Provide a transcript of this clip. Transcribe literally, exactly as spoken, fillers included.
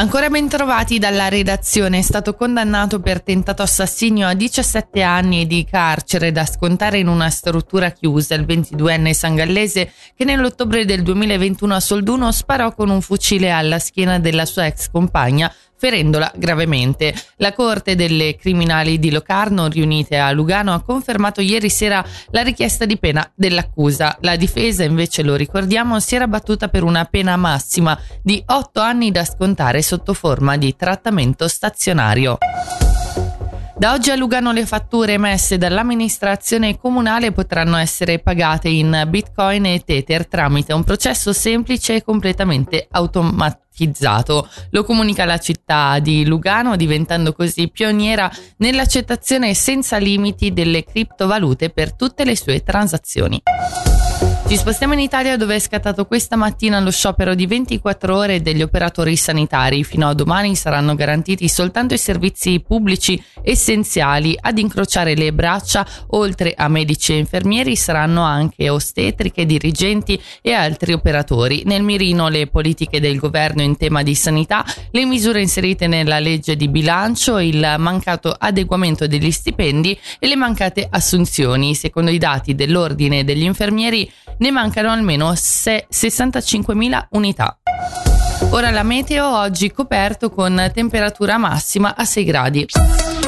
Ancora ben trovati dalla redazione. È stato condannato per tentato assassinio a diciassette anni di carcere da scontare in una struttura chiusa il ventiduenne sangallese che nell'ottobre del duemilaventuno a Solduno sparò con un fucile alla schiena della sua ex compagna, ferendola gravemente. La Corte delle Criminali di Locarno, riunite a Lugano, ha confermato ieri sera la richiesta di pena dell'accusa. La difesa, invece, lo ricordiamo, si era battuta per una pena massima di otto anni da scontare sotto forma di trattamento stazionario. Da oggi a Lugano le fatture emesse dall'amministrazione comunale potranno essere pagate in Bitcoin e Tether tramite un processo semplice e completamente automatizzato. Lo comunica la città di Lugano, diventando così pioniera nell'accettazione senza limiti delle criptovalute per tutte le sue transazioni. Ci spostiamo in Italia, dove è scattato questa mattina lo sciopero di ventiquattro ore degli operatori sanitari. Fino a domani saranno garantiti soltanto i servizi pubblici essenziali. Ad incrociare le braccia, oltre a medici e infermieri, saranno anche ostetriche, dirigenti e altri operatori. Nel mirino le politiche del governo in tema di sanità, le misure inserite nella legge di bilancio, il mancato adeguamento degli stipendi e le mancate assunzioni. Secondo i dati dell'Ordine degli Infermieri, ne mancano almeno sessantacinquemila unità. Ora la meteo, oggi coperto con temperatura massima a sei gradi.